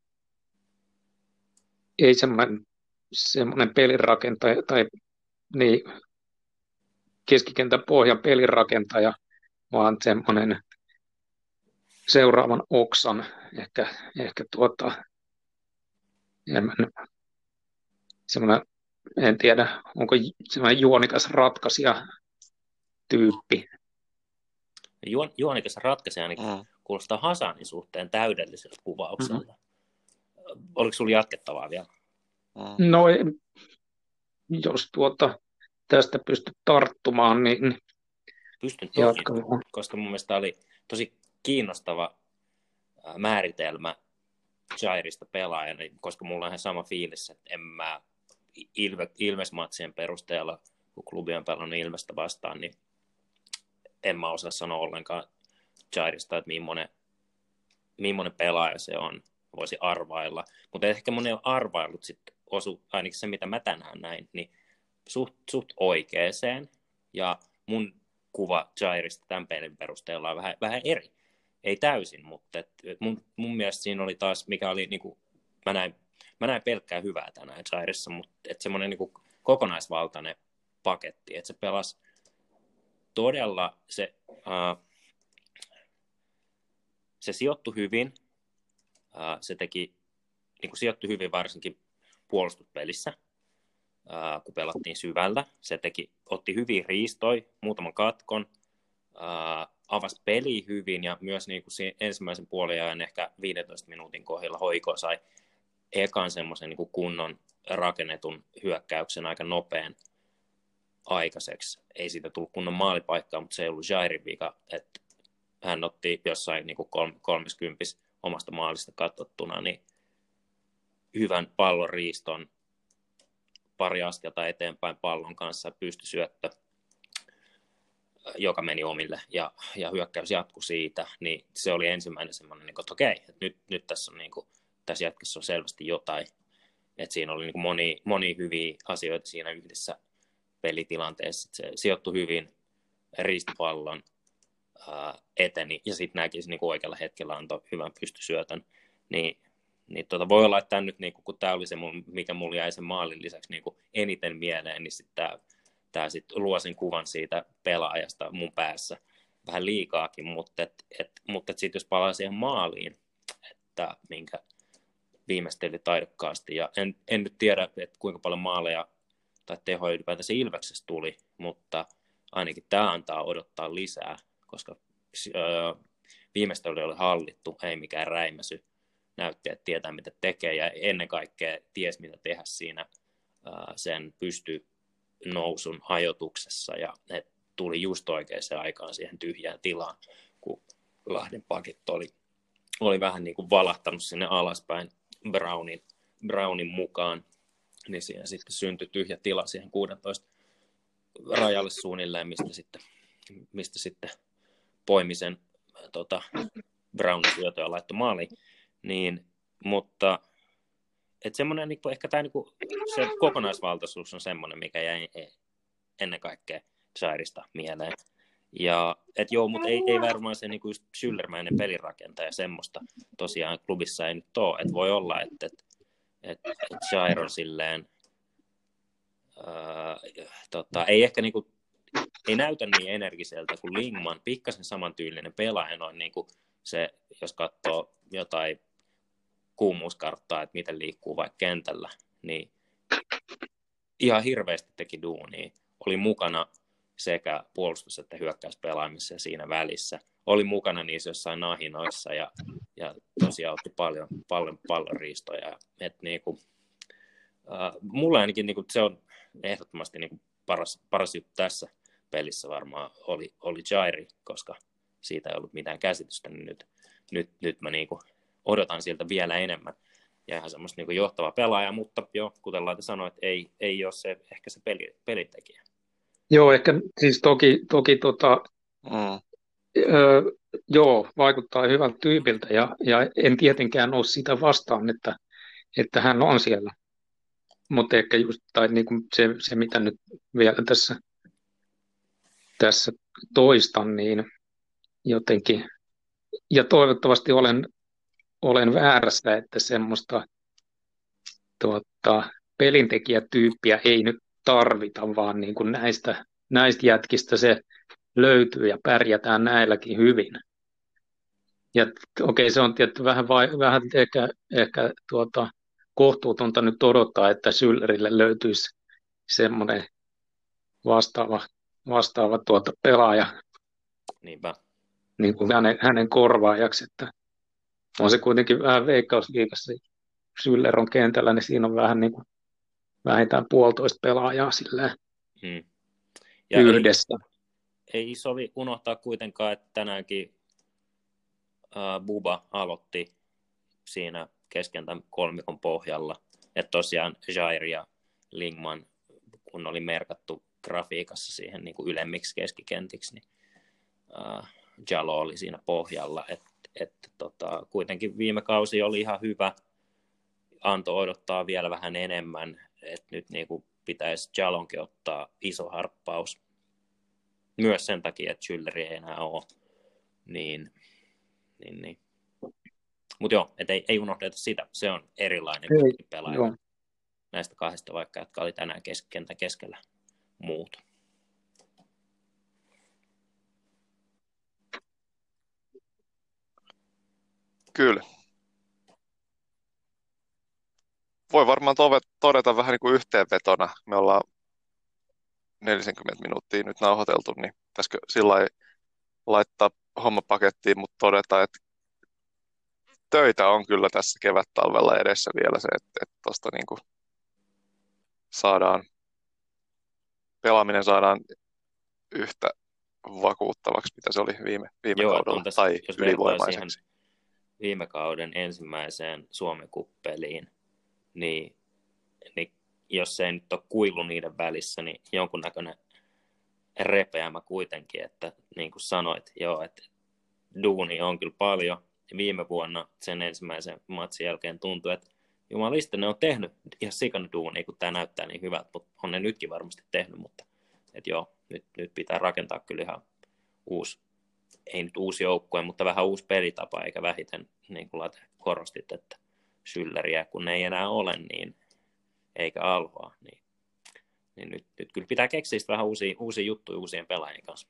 ei semmoinen, semmoinen pelirakentaja tai niin, keskikentän pohjan pelirakentaja, vaan semmoinen seuraavan oksan, ehkä, ehkä tuota, semmoinen, en tiedä, onko semmoinen juonikas ratkaisija tyyppi. Juon, juonikas ratkaisija ainakin mm. kuulostaa Hasanin suhteen täydelliseltä kuvaukselta. Mm-hmm. Oliko sinulla jatkettavaa vielä? Mm. No, jos tuota, tästä pystyt tarttumaan, niin Pystyn toki, jatkamaan. koska mun mielestä oli tosi kiinnostava määritelmä Jairista pelaajana, koska mulla on ihan sama fiilis, että en mä Ilve, Ilves-matsien perusteella, kun klubi on pelannut Ilvestä vastaan, niin en mä osaa sanoa ollenkaan Jairista, että millainen, millainen pelaaja se on, voisi arvailla. Mutta ehkä monen arvailut sitten osu, ainakin se mitä mä tänään näin, niin suht, suht oikeeseen. Ja mun kuva Jairista tämän pelin perusteella on vähän, vähän eri. Ei täysin, mutta et, et mun, mun mielestä siinä oli taas, mikä oli, niin kuin, mä, näin, mä näin pelkkää hyvää tänään Jairissa, mutta semmoinen niin kokonaisvaltainen paketti, että se pelasi todella, se, uh, se sijoittui hyvin, uh, se teki, niin kuin sijoittui hyvin varsinkin puolustuspelissä, uh, kun pelattiin syvällä, se teki, otti hyviä riistoja, muutaman katkon, uh, avasi peliä hyvin ja myös niin kuin ensimmäisen puoliajan ehkä viidentoista minuutin kohdalla Hoiko sai ekan semmoisen niin kuin kunnon rakennetun hyökkäyksen aika nopean aikaiseksi. Ei siitä tullut kunnon maalipaikkaa, mutta se ei ollut Jairin vika, että hän otti jossain niin kuin kolmekymmentä omasta maalista katsottuna niin hyvän pallon riiston, pari askelta eteenpäin pallon kanssa, pystysyöttö, joka meni omille ja, ja hyökkäys jatkui siitä, niin se oli ensimmäinen semmoinen, niin kuin, että okei, että nyt, nyt tässä, on, niin kuin, tässä jätkässä on selvästi jotain, että siinä oli niin kuin moni, moni hyviä asioita siinä yhdessä pelitilanteessa, että se sijoittui hyvin, riisti pallon, ää, eteni ja sitten näkisi niin kuin oikealla hetkellä antoi hyvän pystysyötön, niin, niin tota, voi olla, että tämä nyt, niin kuin, kun tämä oli se, mikä mulla jäi sen maalin lisäksi niin kuin eniten mieleen, niin sitten tämä Tämä sitten luo sen kuvan siitä pelaajasta mun päässä vähän liikaakin, mutta, et, et, mutta et sitten jos palaa siihen maaliin, että minkä viimeisteli taidokkaasti, ja en, en nyt tiedä, että kuinka paljon maaleja tai tehoja ylipäätänsä Ilveksessä tuli, mutta ainakin tämä antaa odottaa lisää, koska öö, viimeistely oli hallittu, ei mikään räimäsy, näytti, että tietää mitä tekee, ja ennen kaikkea ties mitä tehdä siinä öö, sen pystyy nousun ajoituksessa ja ne tuli just oikeaan aikaan siihen tyhjään tilaan, kun Lahden pakit oli, oli vähän niin kuin valahtanut sinne alaspäin Brownin, Brownin mukaan, niin siihen sitten syntyi tyhjä tila siihen kuusitoista rajalle suunnilleen, mistä sitten, mistä sitten poimi sen tota, Brownin syötön ja laittoi maaliin, niin, mutta että semmoinen, niin ehkä tämä, niin kuin, se kokonaisvaltaisuus on semmoinen, mikä jäi ennen kaikkea Jairista mieleen. Ja, et joo, mutta ei, ei varmaan se niin kuin just Schüllermäinen pelirakentaja semmoista tosiaan klubissa ei nyt ole. Että voi olla, että et, et, et Jair on silleen, ää, tota, ei ehkä niin kuin, ei näytä niin energiseltä kuin Lingman, pikkasen samantyylinen pelaaja noin niin kuin se, jos katsoo jotain kuumuuskarttaa, että miten liikkuu vaikka kentällä, niin ihan hirveästi teki duunia. Oli mukana sekä puolustus- että hyökkäyspelaamisessa siinä välissä. Oli mukana niissä jossain nahinoissa ja, ja tosiaan otti paljon, paljon pallonriistoja. Et niinku, äh, mulla ainakin niinku, se on ehdottomasti niinku paras, paras juttu tässä pelissä varmaan oli, oli Jairi, koska siitä ei ollut mitään käsitystä, niin nyt, nyt, nyt mä niinku odotan siltä vielä enemmän. Ja ihan semmoista niin kuin johtava pelaaja, mutta jo, kuten Laite sanoi, että ei, ei ole se, ehkä se peli, pelitekijä. Joo, ehkä siis toki, toki tota, Mm. öö, joo, vaikuttaa hyvältä tyypiltä ja, ja en tietenkään ole sitä vastaan, että, että hän on siellä. Mutta ehkä just tai niin kuin se, se, mitä nyt vielä tässä, tässä toistan, niin jotenkin, ja toivottavasti olen olen väärässä, että semmoista tuota, pelintekijätyyppiä ei nyt tarvita, vaan niin kuin näistä, näistä jätkistä se löytyy ja pärjätään näilläkin hyvin. Ja okei, se on tietty vähän, vai, vähän ehkä, ehkä tuota, kohtuutonta nyt odottaa, että Schüllerille löytyisi semmoinen vastaava, vastaava tuota pelaaja Niinpä. niin kuin hänen, hänen korvaajaksi, että on se kuitenkin vähän Veikkausliigassa. Schüller on kentällä, niin siinä on vähän niin kuin vähintään puolitoista pelaajaa silleen Hmm. Ja ei, yhdessä. ei sovi unohtaa kuitenkaan, että tänäänkin uh, Buba aloitti siinä keskentän kolmikon pohjalla. Että tosiaan Jair ja Lingman, kun oli merkattu grafiikassa siihen niin kuin ylemmiksi keskikentiksi, niin uh, Jalo oli siinä pohjalla. Että et, tota, kuitenkin viime kausi oli ihan hyvä. Anto odottaa vielä vähän enemmän. Että nyt niin kuin pitäisi Jalonkin ottaa iso harppaus. Myös sen takia, että Schülleri ei enää ole. Niin, niin, niin. Mutta joo, et ei, ei unohdeta sitä. Se on erilainen Ei, pelaaja joo. näistä kahdesta, vaikka jotka oli tänään keskentän keskellä muut. Kyllä. Voi varmaan todeta vähän niin kuin yhteenvetona. Me ollaan neljäkymmentä minuuttia nyt nauhoiteltu, niin pitäisikö sillä lailla laittaa homma pakettiin, mutta todeta, että töitä on kyllä tässä kevät-talvella edessä vielä se, että, että tuosta niin kuin saadaan, pelaaminen saadaan yhtä vakuuttavaksi, mitä se oli viime, viime Joo, kaudella, tässä, tai jos ylivoimaiseksi. Viime kauden ensimmäiseen Suomen kuppeliin, niin, niin jos se ei nyt ole kuilu niiden välissä, niin jonkunnäköinen repeämä kuitenkin, että niin kuin sanoit, joo, että duuni on kyllä paljon. Viime vuonna sen ensimmäisen matsin jälkeen tuntui, että jumalista ne on tehnyt ihan sikana duunia, kun tämä näyttää niin hyvältä, mutta on ne nytkin varmasti tehnyt, mutta että joo, nyt, nyt pitää rakentaa kyllä ihan uusi, ei nyt uusi joukkue, mutta vähän uusi pelitapa, eikä vähiten, niin kuin Late korostit, että Schülleriä, kun ne ei enää ole, niin eikä Alhoa, niin, niin nyt, nyt kyllä pitää keksiä vähän uusia, uusia juttuja uusien pelaajien kanssa.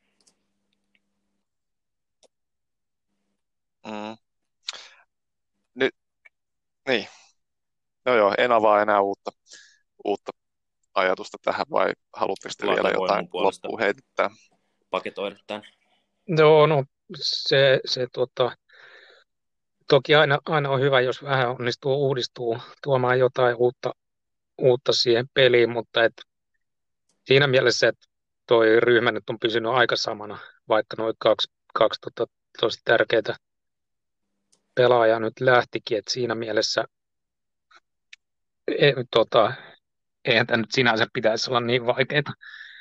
Mm. Nyt, niin. No joo, en avaa enää uutta, uutta ajatusta tähän, vai haluatteko te vielä jotain loppuun heittää? Paketoida tämän. Joo, no se, se tota, toki aina, aina on hyvä, jos vähän onnistuu uudistuu tuomaan jotain uutta, uutta siihen peliin, mutta et siinä mielessä, että toi ryhmä nyt on pysynyt aika samana, vaikka noin kaksi, kaksi tota, tosi tärkeää pelaajaa nyt lähtikin, että siinä mielessä e, tota, eihän tämä nyt sinänsä pitäisi olla niin vaikeaa,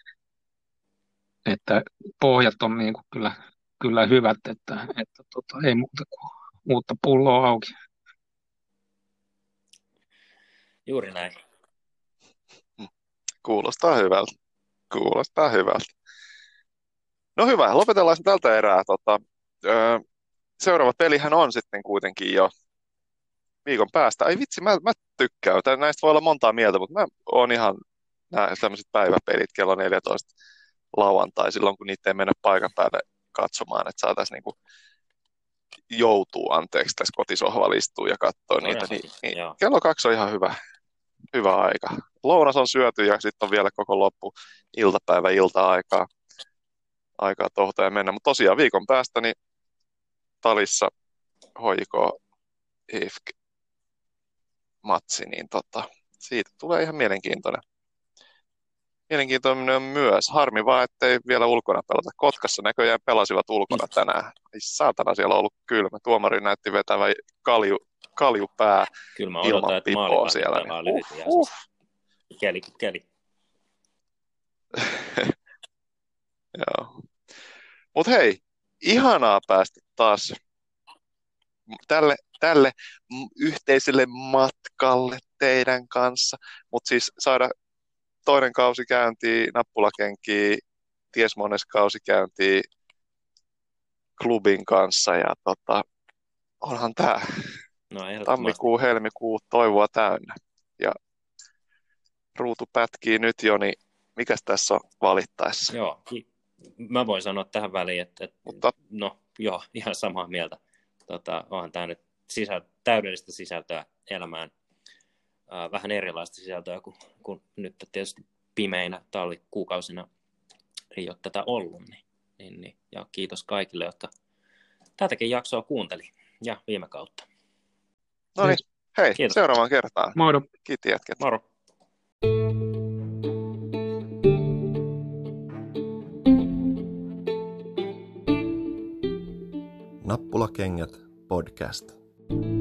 että pohjat on niin kuin kyllä, kyllä hyvät, että, että tota, ei muuta kuin uutta pulloa auki. Juuri näin. Kuulostaa hyvältä. Kuulostaa hyvältä. No hyvä, lopetellaan tältä erää. Tota, öö, seuraava pelihän on sitten kuitenkin jo viikon päästä. Ai vitsi, mä, mä tykkään. Tän, näistä voi olla montaa mieltä, mutta mä oon ihan nämä tämmöiset päiväpelit kello neljätoista lauantai, silloin kun niitä ei mennä paikan päälle katsomaan, että saataisiin niinku joutuu anteeksi tässä kotisohvalla istua ja katsoa no, niitä. Niin, niin kello kaksi on ihan hyvä, hyvä aika. Lounas on syöty ja sitten on vielä koko loppu iltapäivä ilta-aikaa aikaa tohtaa ja mennä. Mutta tosiaan viikon päästä niin Talissa H J K I F K-matsi, niin tota, siitä tulee ihan mielenkiintoinen. Mielenkiintoinen myös. Harmi vaan, ettei vielä ulkona pelata. Kotkassa näköjään pelasivat ulkona tänään. Ei saatana, siellä on ollut kylmä. Tuomari näytti vetävän kalju, kaljupää kyllä mä odotan, että maalivahti pelaa lyhyt ja uh, uh. Keli, keli. Joo. Mut hei, ihanaa päästä taas tälle, tälle yhteiselle matkalle teidän kanssa. Mut siis saada toinen kausi käyntiin, nappulakenkiä, ties mones kausi käyntiin klubin kanssa ja tota, onhan tää no, tammikuu, helmikuu toivoa täynnä. Ja ruutu pätkii nyt jo, niin mikäs tässä on valittaessa? Joo, mä voin sanoa tähän väliin, että, että Mutta... no joo, ihan samaa mieltä. Tota, onhan tää nyt sisä, täydellistä sisältöä elämään. Äh, vähän erilaista sisältöä kuin, kuin nyt tietysti pimeinä talvikuukausina ei ole tätä ollut. Niin, niin, niin. Ja kiitos kaikille, jotka tätäkin jaksoa kuunteli ja viime kautta. No niin, hei, kiitos. Seuraavaan kertaan. Moro. Kiitos jätkät. Moro. Nappulakengät podcast.